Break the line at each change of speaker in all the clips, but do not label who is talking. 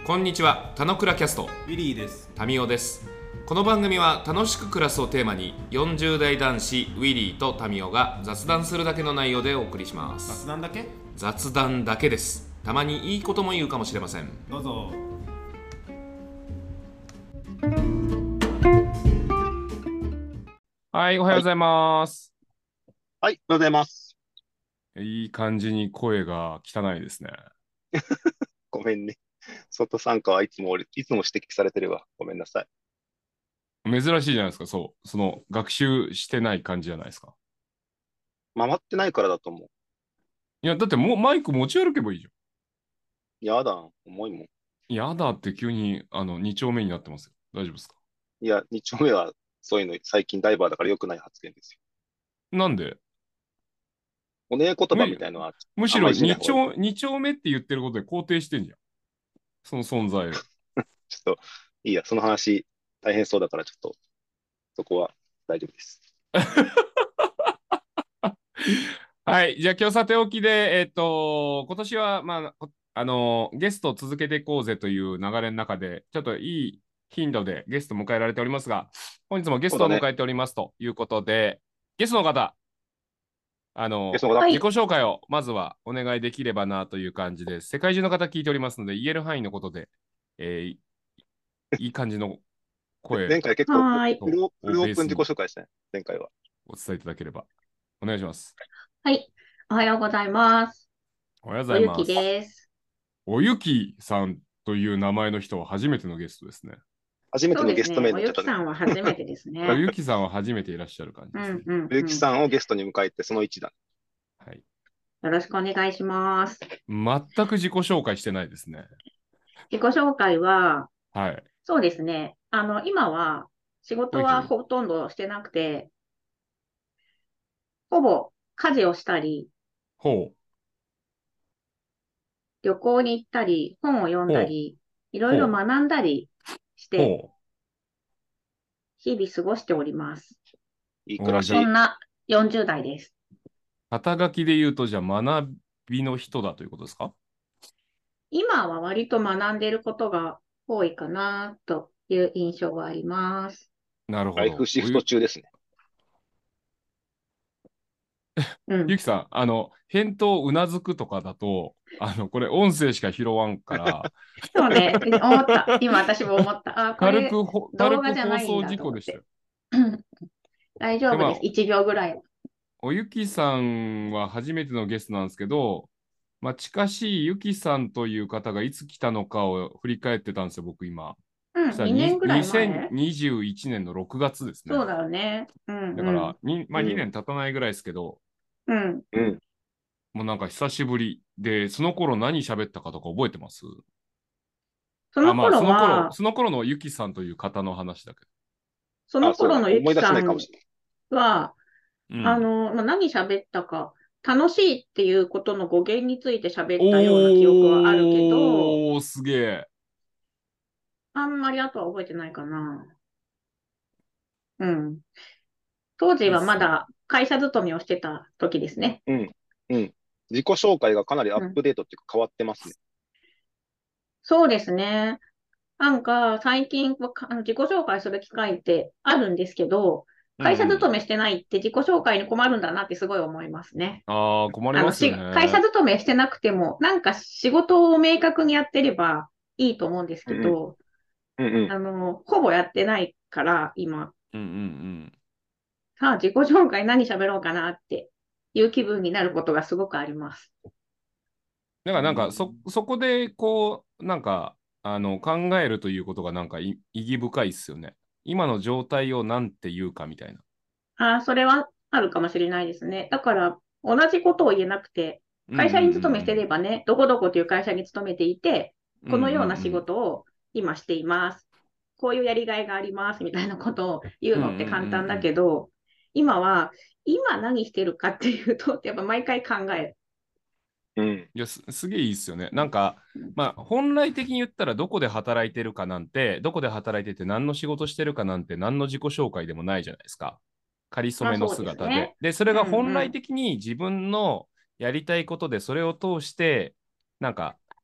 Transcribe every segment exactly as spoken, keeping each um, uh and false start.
こんにちは、たのくらキャスト
ウィリーです。
タミオです。この番組は楽しく暮らすをテーマによんじゅう代男子ウィリーとタミオが雑談するだけの内容でお送りします。
雑談だけ？
雑談だけです。たまにいいことも言うかもしれません。
どうぞ。
はい、おはようございます。
はい、おはようございます。
いい感じに声が汚いですね。
ごめんね。外参加はいつも俺、いつも指摘されてるわ。ごめんなさい。
珍しいじゃないですか。そう、その学習してない感じじゃないですか。
回ってないからだと思う。
いや、だってもうマイク持ち歩けばいいじゃ
やだ、重いもん。
ん。やだって急にあのに丁目になってますよ。大丈夫ですか？
いや、二丁目はそういうの最近ダイバーだから良くない発言ですよ。
なんで
おねえ言葉み
む、
たいのは
むしろ
あんまりしない
2
方がいい。
丁、二丁目って言ってることで肯定してんじゃん。その存在を。
ちょっと、いいや、その話大変そうだからちょっと、そこは大丈夫です。
はい。じゃあ今日さておきで、えっと、今年は、まあ、あの、ゲストを続けていこうぜという流れの中で、ちょっといい頻度でゲストを迎えられておりますが、本日もゲストを
そうだね。
迎えておりますということで、ゲストの方、あの、
ゲストの方、
自己紹介をまずはお願いできればなという感じで、世界中の方聞いておりますので、言える範囲のことで、えーいい感じの声
前回結構
はーい。
フルオ、フルオープン自己
をベースに
紹介ですね。前回は。
お伝えいただければお願いします。
はい。おはようございます。
おはようご
おゆき
ざいます。
です。
おゆきさんという名前の人は初めてのゲストですね。
初めて
そうですね。
のゲスト名に
お
なっちゃったね。
ゆきさんは初めてです
お
ね。
ゆきさんは初めていらっしゃる感じ
う
ですね。
んうん
ゆうき
うん。
さんをゲストに迎えてそのいちだ。
はい。
よろしくお願いします。
全く自己紹介してないですね。
自己紹介は、
はい。
そうですね。あの、今は仕事
ほいほい。
はほとんどしてなくて、ほぼ家事をしたり、
ほう。
旅行に行ったり、本を読んだ
ほう。
り、いろいろ
ほう。
学んだりして、
ほ
日々過ごしております。
いい
う。おじゃあ、
暮らし。
そんなよんじゅう代です。
肩書きで言うと、じゃあ学びの人だということですか？
今は割と学んでいることが多いかなという印象はあります。
なるほど。
ライフシフト
おゆ、
中ですね。
うん。
ゆきさん、あの、返答うなずくとかだと、あの、これ音声しか拾わんから、
そうね、思った。今私も思った。あ、これ
軽くほ、軽
動画
く放送
じゃないんだ
事故でしたよ。
と思って。大丈
で、まあ、
夫です。いちびょうぐらいは。
おゆきさんは初めてのゲストなんですけど、まあ、近しいゆきさんという方がいつ来たのかを振り返ってたんですよ、僕今。
うん、
そしたら
にねん
に
ぐらい前。
にせんにじゅういちねんのろくがつですね。
そうだよね。うん
だからに、まあ、
うん。
にねん経たないぐらいですけど、
うん。うん。
うん。
もうなんか久しぶりで、その頃何喋ったかとか覚えてます？あ、まあ、
その頃
その頃、
は、
その頃のゆきさんという方の話だけ
あ、
その
そうだね。
頃のゆき
思い出せないかも
さん
しれない。
は、
ど。うん。
あの、まあ、何喋ったか、楽しいっていうことの語源について喋ったような記憶はあるけど、
おー、すげえ。
あんまりあとは覚えてないかな。うん。当時
いいっすね。
はまだ会社勤めをしてた時ですね。
うん。うん。自己紹介がかなりアッ
うん。
プデートっていうか変わってますね。
そうですね。なんか最近はかあの自己紹介する機会ってあるんですけど、
うんう
会社勤
ん。
めしてないって自己紹介に困るんだなってすごい思いますね。
ああ、困り
あの、
ますよ
し、会社
ね。
勤めしてなくても、なんか仕事を明確にやってればいいと思うんです
うんうん。
けど、
うんうん。
あの、ほぼやってないから、今。
うんうんうん。
さあ、自己紹介何喋ろうかなっていう気分になることがすごくあります。
だからなんかそ、そこでこう、なんか、あの、考えるということがなんかい意義深いっすよね。今の状態をなんて言うかみたいな。
ああ、それはあるかもしれないですね。だから、同じことを言えなくて、
うんうん
会社に勤めして
うん
ればね、どこどこという会社に勤めていて、
うん。うん
このような仕
うんうん。
事を今しています。こういうやりがいがありますみたいなことを言う
うんうん
のって簡単だ
うん
けど、今は、今何してるかっていうと、やっぱ毎回考える。
うん。
いや、す、すげえいいっすよね。なんか、まあ、本来的に言ったら、どこで働いてるかなんて、どこで働いてて何の仕事してるかなんて、何の自己紹介でもないじゃないですか。かりそめの
まあそうです
姿で。
ね。
で、それ
うん
が本来
うん。
的に自分のやりたいことで、それを通して、なんか、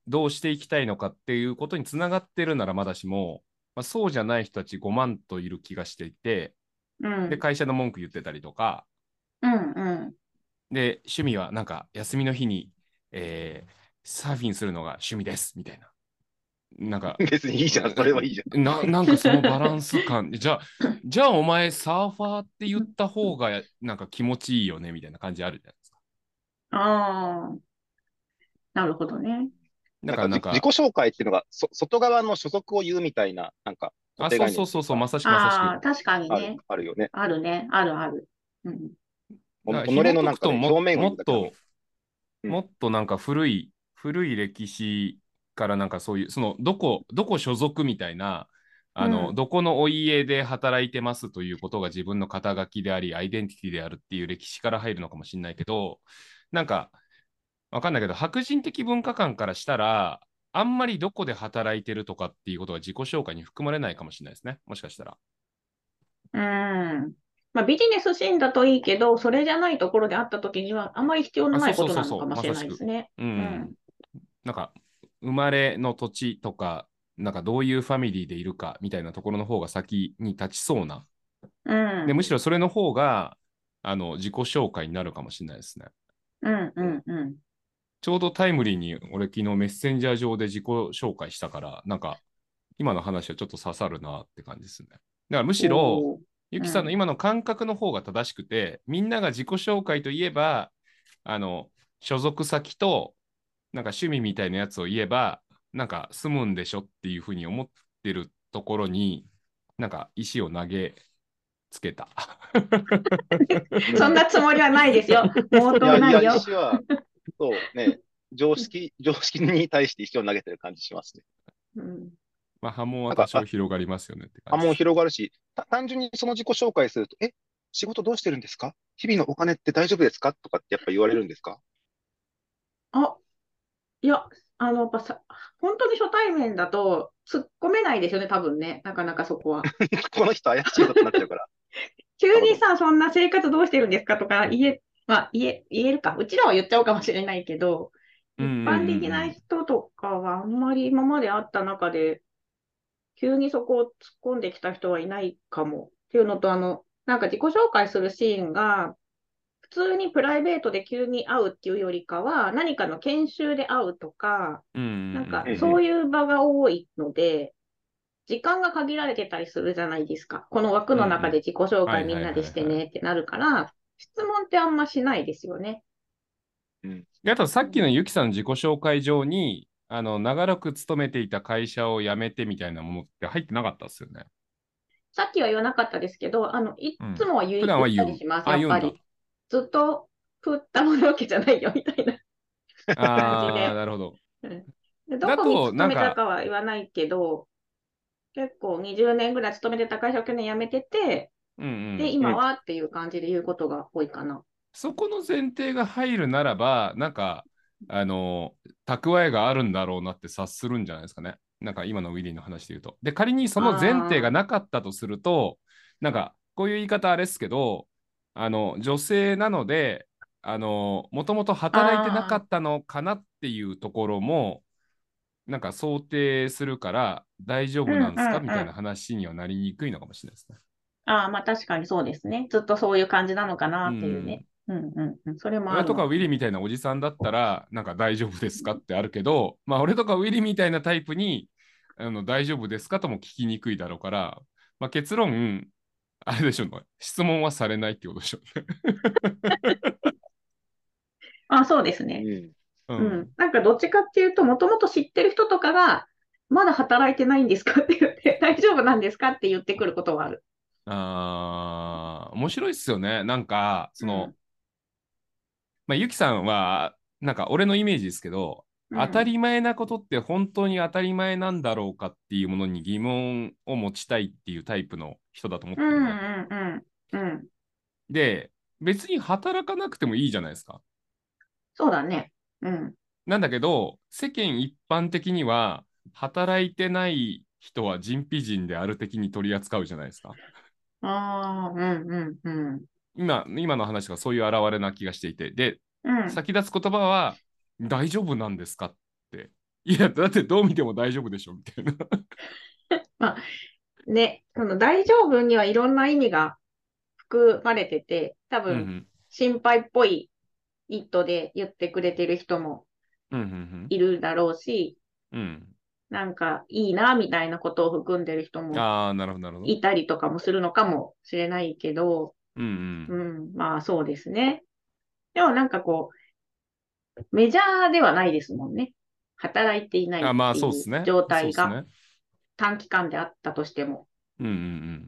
どうしていきたいのかっていうことにつながってるならまだしも、まあ、そうじゃない人たちごまんといる気がしていて、で、
うん。
会社の文句言ってたりとか、
うん。うん。
で、趣味はなんか休みの日に、えーサーフィンするのが趣味ですみたいな。なんか、
別にいいじゃん。それはいいじゃん。
な、なんかそのバランス感、じゃあ、じゃあお前サーファーって言った方がなんか気持ちいいよねみたいな感じあるじゃないですか。
ああ、なるほどね。
だ
なんかじ自己
からなんか、
紹介っていうのが、そ、外側の所属を言うみたいな、なんか固
あ、
定概念
そうそうそうそう、
っていうか、
まさしくまさしく。
ああ、確かに
ある、
ね。
あるよね。
あるね。あるある。うん。
お、己
だから紐
のなんかね、
解くとも、
表面を言うだけなのに。
もっと、
うん。
もっとなんか古い、古い歴史からなんかそういう、その、どこ、どこ所属みたいな、あの、
うん。
どこのお家で働いてますということが自分の肩書きであり、アイデンティティであるっていう歴史から入るのかもしれないけど、なんか、わかんないけど、白人的文化観からしたら、あんまりどこで働いてるとかっていうことが自己紹介に含まれないかもしれないですね。もしかしたら。
うん。まあ、ビジネスシーンだといいけど、それじゃないところで会った時には、あまり必要の
あ、そう
ないこ
そうそうそう、
となのかもしれ
まさしく。
ないですね。
う
うん。
ん。なんか、生まれの土地とか、なんかどういうファミリーでいるかみたいなところの方が先に立ちそうな。
う
で、む
ん。
しろそれの方が、あの、自己紹介になるかもしれないですね。
うん。う
うん。
ん。うん。
ちょうどタイムリーに俺昨日メッセンジャー上で自己紹介したから、なんか、今の話はちょっと刺さるなって感じですね。だからむしろ、
おー。
ゆきさんの
うん。
今の感覚の方が正しくて、みんなが自己紹介といえば、あの、所属先と、なんか趣味みたいなやつを言えば、なんか済むんでしょっていうふうに思ってるところに、なんか石を投げつけた。
そんなつもりはないですよ。毛
いやいや、
頭ないよ。
石は、そうね、常識、常識に対して石を投げてる感じしますね。
うん。
まあ波紋は
なんか、
多少
あ、
広がりますよねって感
波紋
じです。
広がるし、た単純にその自己紹介すると、え、仕事どうしてるんですか？日々のお金って大丈夫ですかとかってやっぱ言われるんですか？
あ、いや、あの、やっぱさ、本当に初対面だと突っ込めないですよね、多分ね。なかなかそこは。
この人怪しいぞってなっちゃうから。なるほど。
急にさ、そんな生活どうしてるんですかとか言え、まあ、言え、言えるか。うちらは言っちゃうかもしれないけど、
うんう
一般的な
ん
人とかはあんまり今まで会った中で、急にそこを突っ込んできた人はいないかも。っていうのと、あの、なんか自己紹介するシーンが、普通にプライベートで急に会うっていうよりかは、何かの研修で会うとか、
うん。うん
なんか
うんうん。
そういう場が多いので、時間が限られてたりするじゃないですか。この枠
うん。うん
の中で
うん。
自己紹
はいはい
介みんなで
はいはい。
してねってなるから、質問ってあんましないですよね。
うん。
であとさ
うん、
っきのゆきさんの自己紹介上に、あの、長らく勤めていた会社を辞めてみたいなものって入ってなかったですよね。
さっきは言わなかったですけど、あの、い
うん。
つもは言
普
い、言っ
段は言う。
たりします、
あ、言うんだ。
やっぱり。ずっと振ったものわけじゃないよみたいな感じ
あー、
で。
なるほど。
うん、でどこに
だと、
勤めた
なんか、
かは言わないけど、結構にじゅうねんぐらい勤めてた会社を去年辞めてて、
うんう
で、
ん。
うん。
今はっていう感じで言うことが多いかな。
そこの前提が入るならば、なんか、あの、蓄えがあるんだろうなって察するんじゃないですかね。なんか今のウィリーの話で言うと。で、仮にその前提が
あ
なかったとすると、なんか、こういう言い方あれですけど、あの、女性なので、あの、もともと
あ、
働いてなか
あ
ったのかなっていうところも、なんか想定するから大丈
あ、うんう
夫なんですかみたいな
んうん。
話にはなりにくいのかもしれないですね。
ああ、まあ確かにそうですね。ずっとそういう感じなのかな
う
っていうね。
ん。
うんうんうん。それもあ
俺とかウィリー
るのかも。
みたいなおじさんだったら、なんか大丈夫ですかってあるけど、まあ俺とかウィリーみたいなタイプに、あの大丈夫ですかとも聞きにくいだろうから、まあ、結論、あれでしょうね。質問はされないってことでしょうね。
あ、そうですね。
うん。
う
うん。
ん。
なんかどっちかっていうと、もともと知ってる人とかが、まだ働いてないんですかって言って、大丈夫なんですかって言ってくることはある。
あー、面白いっすよね。なんか、その、
うん。
まあ、ゆきさんは、なんか俺のイメージですけど、当た
うん。
り前なことって本当に当たり前なんだろうかっていうものに疑問を持ちたいっていうタイプの人だと思っ
うん
てるんで。
うんうん。うん。
で、別に働かなくてもいいじゃないですか。
そうだね。うん。
なんだけど、世間一般的には、働いてない人は人非人である的に取り扱うじゃないですか。
ああ、うんうんうん。
今、今の話がそういう現れな気がしていて。で、
うん。
先立つ言葉は、大丈夫なんですかって。 いや、だってどう見ても大丈夫でしょ、みたいな。
まあね、その大丈夫にはいろんな意味が含まれてて、多分
うんうん。
心配っぽい意図で言ってくれてる人も
うんうん
いるだろうし、
うん。うん。
なんかいいなみたいなことを含んでる人も
ああ、なるほど、なるほど。
いたりとかもするのかもしれないけど、
うんうん。
うん、まあそうですね。でもなんかこう、メジャーではないですもんね。働いていない
あ、
っ
まあ
ていう
そうっすね。
状態が
そうっすね。
短期間であったとしても。
うんうんうん。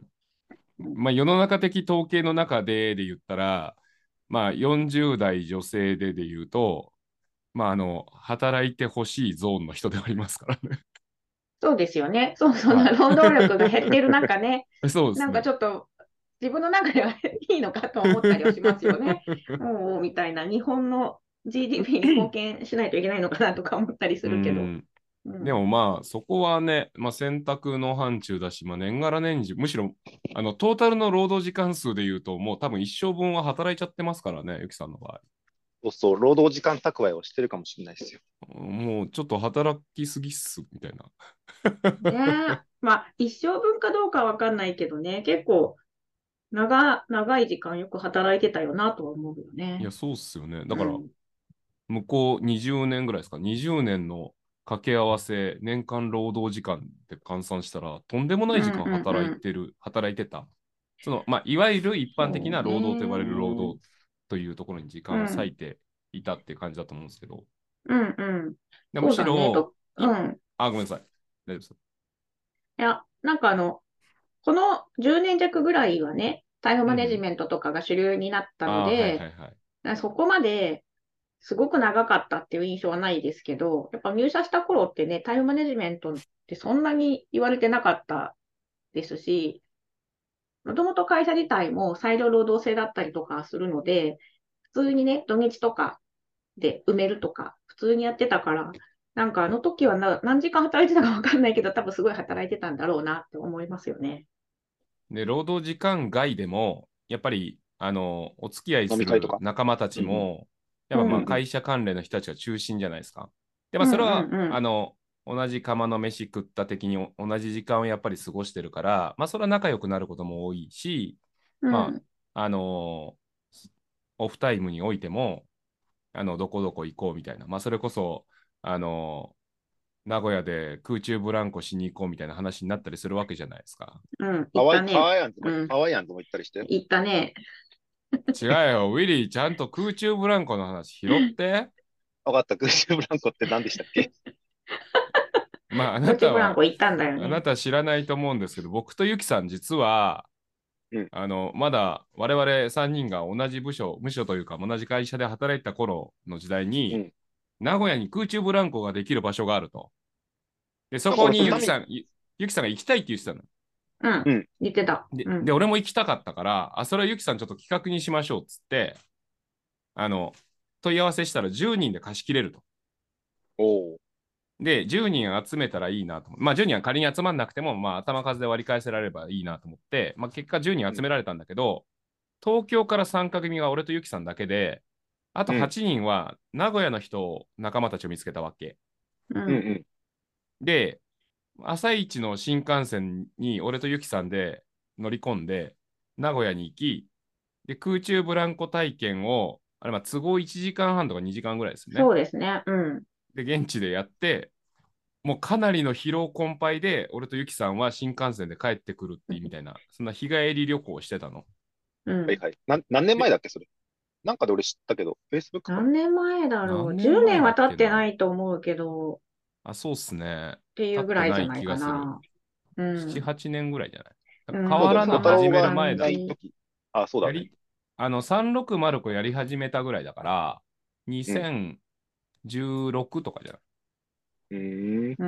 うん、
まあ世の中的統計の中でで言ったら、まあよんじゅう代女性でで言うと、まああの、働いてほしいゾーンの人でありますからね。
そうですよね。そうそうな、
は
労働力が減ってる中ね、
い。そうで
なんか
すね。
ちょっと自分の中ではいいのかと思ったりはしますよね。もう、みたいな、日本の ジーディーピー に貢献しないといけないのかなとか思ったりす
う
るけど。
ん。で
うん。
もまあ、そこはね、まあ、選択の範疇だし、まあ、年がら年中、むしろ、あの、トータルの労働時間数で言うと、もう多分一生分は働いちゃってますからね、ゆきさんの場合。
そうそう、労働時間蓄えをしてるかもしれないですよ。
もうちょっと働きすぎっす、みたいな。
ねえ。まあ、一生分かどうかわかんないけどね、結構長、長い時間よく働いてたよなとは思うよね。
いや、そうっすよね。だから、
うん。
向こうにじゅうねんぐらいですか、にじゅうねんの掛け合わせ、年間労働時間って換算したら、とんでもな
うん
い時間
うんうん。
働いてる、働いてた。その、まあ、いわゆる一般的
そう
な労働と呼ばれる労
ね。
働というところに時間を割
うん。
いていたっていう感じだと思うんですけど、
うんうん。
でむ
そうだね。
しろ、
と、う
い、
ん。
あ、ごめんなさい。大丈夫です。
いや、なんかあの、このじゅうねん弱ぐらいはね、タイムマネジ
うんうん。
メントとかが主流になったの
ああ、はいは
で、
いはい。
そこまですごく長かったっていう印象はないですけど、やっぱ入社した頃ってね、タイムマネジメントってそんなに言われてなかったですし、もともと会社自体も裁量労働制だったりとかするので、普通にね、土日とかで埋めるとか、普通にやってたから、なんかあの時はな何時間働いてたかわかんないけど、多分すごい働いてたんだろうなって思いますよね。
で、労働時間外でも、やっぱり、あの、お付き合いする
飲み会とか。
仲間た
うんうん。
ちも、やっぱまあ
うんうん。
会社関連の人たちが中心じゃないですか。で、まあ
うん
それは、
うん
あの、同じ釜の飯食った的に同じ時間をやっぱり過ごしてるから、まあそれは仲良くなることも多いし、
うん。う
ま
ん。
あ、あのオフタイムにおいても、あの、どこどこ行こうみたいな、まあそれこそ、あの名古屋で空中ブランコしに行こうみたいな話になったりするわけじゃないですか。
うん。
ハワイ、ハ
行ったね。
ワイアンズも、
うん。
ハワイアンズも行ったりして。
行ったね。
違うよ、ウィリー、ちゃんと空中ブランコの話拾って。
わかった、空中ブランコって何でしたっけ？
まあ、あな
空中
たは、
ブランコ行ったんだよね。
あなたは知らないと思うんですけど、僕とユキさん、実は、
うん、
あの、まだ我々さんにんが同じ部署、部署というか、同じ会社で働いた頃の時代に、
うん。
名古屋に空中ブランコができる場所があると。で、そ
なんか
こ
俺それ何？
にユキさん、ゆユキさんが行きたいって言ってたの。
うん。
うん。
言ってた。
で、で、
うん。
俺も行きたかったから、あ、それはユキさんちょっと企画にしましょうっつって、あの、問い合わせしたらじゅうにんで貸し切れると。
おお。
で、じゅうにん集めたらいいなと思って、まあじゅうにんは仮に集まんなくても、まあ頭数で割り返せられればいいなと思って、まあ結果じゅうにん
うん、
集められたんだけど、東京から参加組が俺とユキさんだけで、あと
うん、
はちにんは名古屋の人、仲間たちを見つけたわけ。
うん、う
うん。
ん。
で、朝一の新幹線に俺とユキさんで乗り込んで、名古屋に行き、で、空中ブランコ体験を、あれ、まあ都合いちじかんはんとかにじかんぐらいですよね。
そうですね。うん。
で、現地でやって、もうかなりの疲労困憊で、俺とユキさんは新幹線で帰ってくるっていうみたいな、そんな日帰り旅行をしてたの。
うん。
はいはい。なん、何年
で、
前だっけ、それ？なんかで俺知ったけど、Facebook かな？
何年前だろう。10
何年前
年は経って
だっけな。
ないと思うけど、っ
あ、そうっすね。
ていうぐ
経ってない
らいじゃない
気がする。
かな。う
なな、
ん。
はちねんぐらいじゃない。
うん。
そうだよ。
変わら
小
ぬ始める
太郎がい
感
前だ。
じ。
ない時。あ、そうだね。
やり、あの、さんびゃくごやり始めたぐらいだから、
うん。
にせんじゅうろくとかじゃない。
うーん。
うん。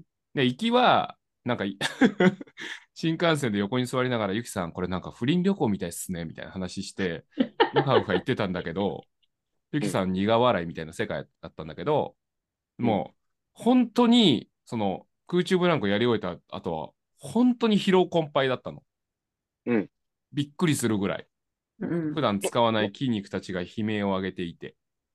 で、行きは、なんか新幹線で横に座りながら、ゆきさん、これなんか不倫旅行みたいっすね、みたいな話して、うかうか言ってたんだけど、ゆ
うん。
きさん苦笑いみたいな世界だったんだけど、
うん。
もう、本当に、その、空中ブランコやり終えた後は、本当に疲労困憊だったの。
うん。
びっくりするぐらい。
うん。
普段
の、
使わない
の、
筋肉たちが悲鳴を上げていて。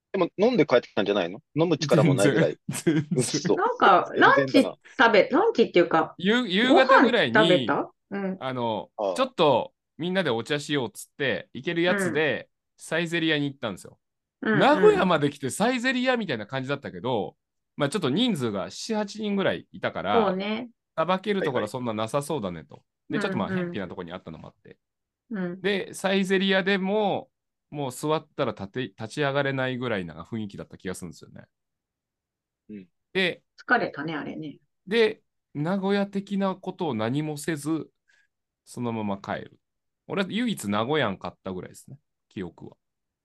でも飲んで帰ってきたんじゃないの？飲む力も
全
ないぐらい。
然、全然。
うっそ。
なんか、ランチ
全然だな。
食べ、ランチっていうか、
夕、夕
ご飯
方ぐらい
食べ
に、
たうん。
あの、
ああ。
ちょっとみんなでお茶しようっつって、行けるやつ
うん。
でサイゼリヤに行ったんですよ。
うん。
名古屋
うん。
まで来てサイゼリヤみたいな感じだったけど、まあちょっと人数がなな、はちにんぐらいいたから、
そうね。
さばけるところ
はいはい。
そんななさそうだねと。で、
うん。
ちょっとまあ、
うん。
偏僻なところにあったのもあって。
うん。
で、サイゼリヤでも、もう座ったら立て、立ち上がれないぐらいな雰囲気だった気がするんですよね。
うん。
で、
疲れたね、あれね。
で、名古屋的なことを何もせず、そのまま帰る。俺は唯一名古屋買ったぐらいですね。記憶は。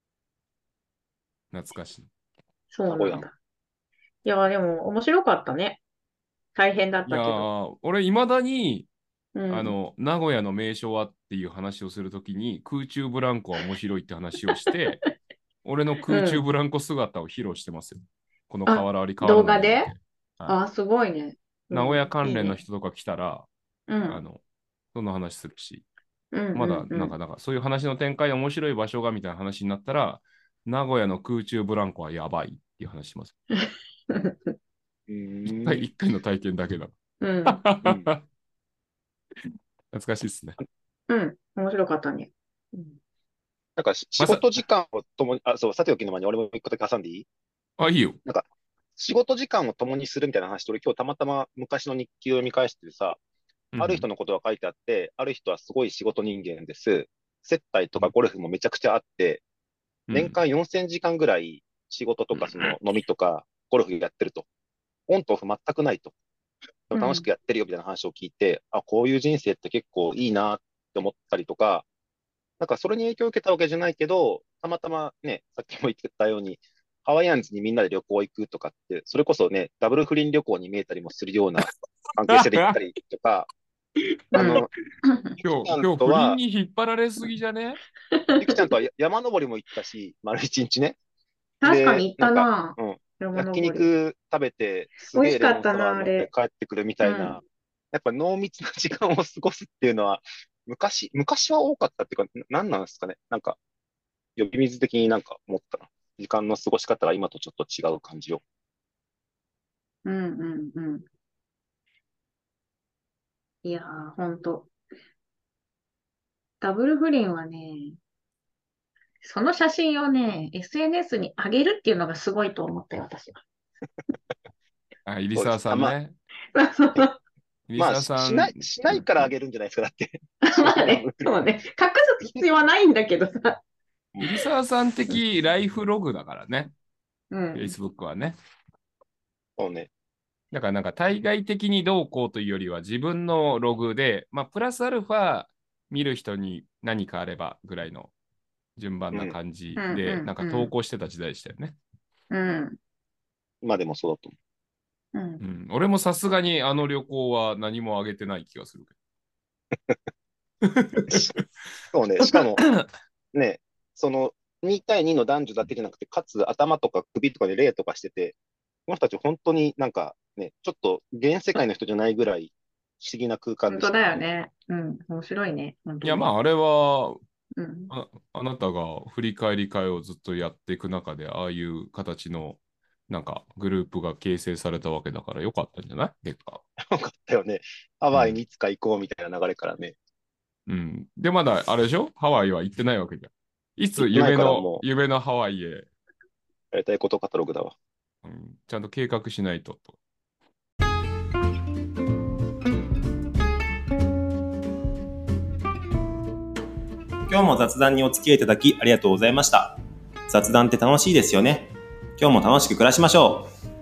懐かしい。
名古屋。
そうなんだ。いや、でも面白かったね。大変だっ
いや
たけど。
ー、俺、いまだに、
うん。
あの、名古屋の名所はっていう話をするときに、空中ブランコは面白いって話をして、俺の
うん。
空中ブランコ姿を披露してますよ。この河
あ、
原あり河
動
原の
画で
上にて。はい。
あ、すごいね。う
名古屋
ん。
関連の
いいね。
人とか来たら、
うん。
あの、その話するし、
うん。
まだ、
うん。うん。
なんか、なんか、そういう話の展開で面白い場所がみたいな話になったら、名古屋の空中ブランコはやばいっていう話します。
う
一回、
ーん。
一回の体験だけだ。
うん。
うん。
懐かしいですね。
うん。面白かったね。うん。
なんかし仕
まさ、
事時間を共に、あ、そう、さておきの前に俺も一個だけ挟んでいい？
あ、いいよ。
なんか、仕事時間を共にするみたいな話で、俺今日たまたま昔の日記を読み返しててさ、ある人
うん。
のことが書いてあって、ある人はすごい仕事人間です。接待と
うん。
かゴルフもめちゃくちゃあって、
うん。
年間よんせんじかんぐらい仕事とかその飲みとかゴルフやってると。オンとオフ全くないと。でも楽し
うん。
くやってるよみたいな話を聞いて、あ、こういう人生って結構いいなって思ったりとか、なんかそれに影響を受けたわけじゃないけど、たまたまね、さっきも言ってたように、ハワイアンズにみんなで旅行行くとかって、それこそね、ダブル不倫旅行に見えたりもするような関係性で行ったりとか、
うん。
あの、ゆきち
今日、
ゃん
今日、不倫
とは、
に引っ張られすぎじゃね？
ゆきちゃんとはや山登りも行ったし、丸一日ね。で、
確かに行っ
なんか、
たな。
うん、焼
山登り。
肉食べて、す
美味
げえレモン
しかったな、
サワー飲んで
あれ。
帰ってくるみたいな、
うん。
やっぱ濃密な時間を過ごすっていうのは、昔、昔は多かったっていうか、ななんなんですかね。なんか、呼び水的になんか思ったな。時間の過ごし方が今とちょっと違う感じを。
うん。うん。うん。いやー、ほんと。ダブル不倫はね、その写真をね、エスエヌエス に上げるっていうのがすごいと思ったよ、私は。
あ、入澤
そうです。あ、まあ、
さんね。
え、
入
まあ、
澤さん、
ししない、しないからあげるんじゃないですか、だって。
まあね、そうね。隠す必要はないんだけどさ。
入澤さん的ライフログだからね。
うん。
Facebook はね。
そうね。
だからなんか対外的にどうこうというよりは自分のログで、まあプラスアルファ見る人に何かあればぐらいの順番
うん。
な感
うん。
じで、なんか
うん。
投稿してた時代でしたよね。
うん。
今でもそうだと
うん。
うん、俺もさすがにあの旅行は何もあげてない気がするけ
思う。しそうね。しかも、ね、そのに対にの男女だけじゃなくて、かつ頭とか首とかで霊とかしてて、この人たち本当になんかね、ちょっと現世界の人じゃないぐらい不思議な空間
本当
でしたよね。
だよね。うん。面白いね。本
ど。いや、ま
当に。
ああれは
うん。
あ、あなたが振り返り会をずっとやっていく中で、ああいう形のなんかグループが形成されたわけだからよかったんじゃない結果。
よかったよね。ハ
うん。
ワイにいつか行こうみたいな流れからね。
うん。で、まだあれでしょハワイは行ってないわけじゃん。いつ
行ってない
夢の、
からも
夢のハワイへ、
う、やりたいことカタログだわ。
うん、ちゃんと計画しないとと。
今日も雑談にお付き合いいただきありがとうございました。雑談って楽しいですよね。今日も楽しく暮らしましょう。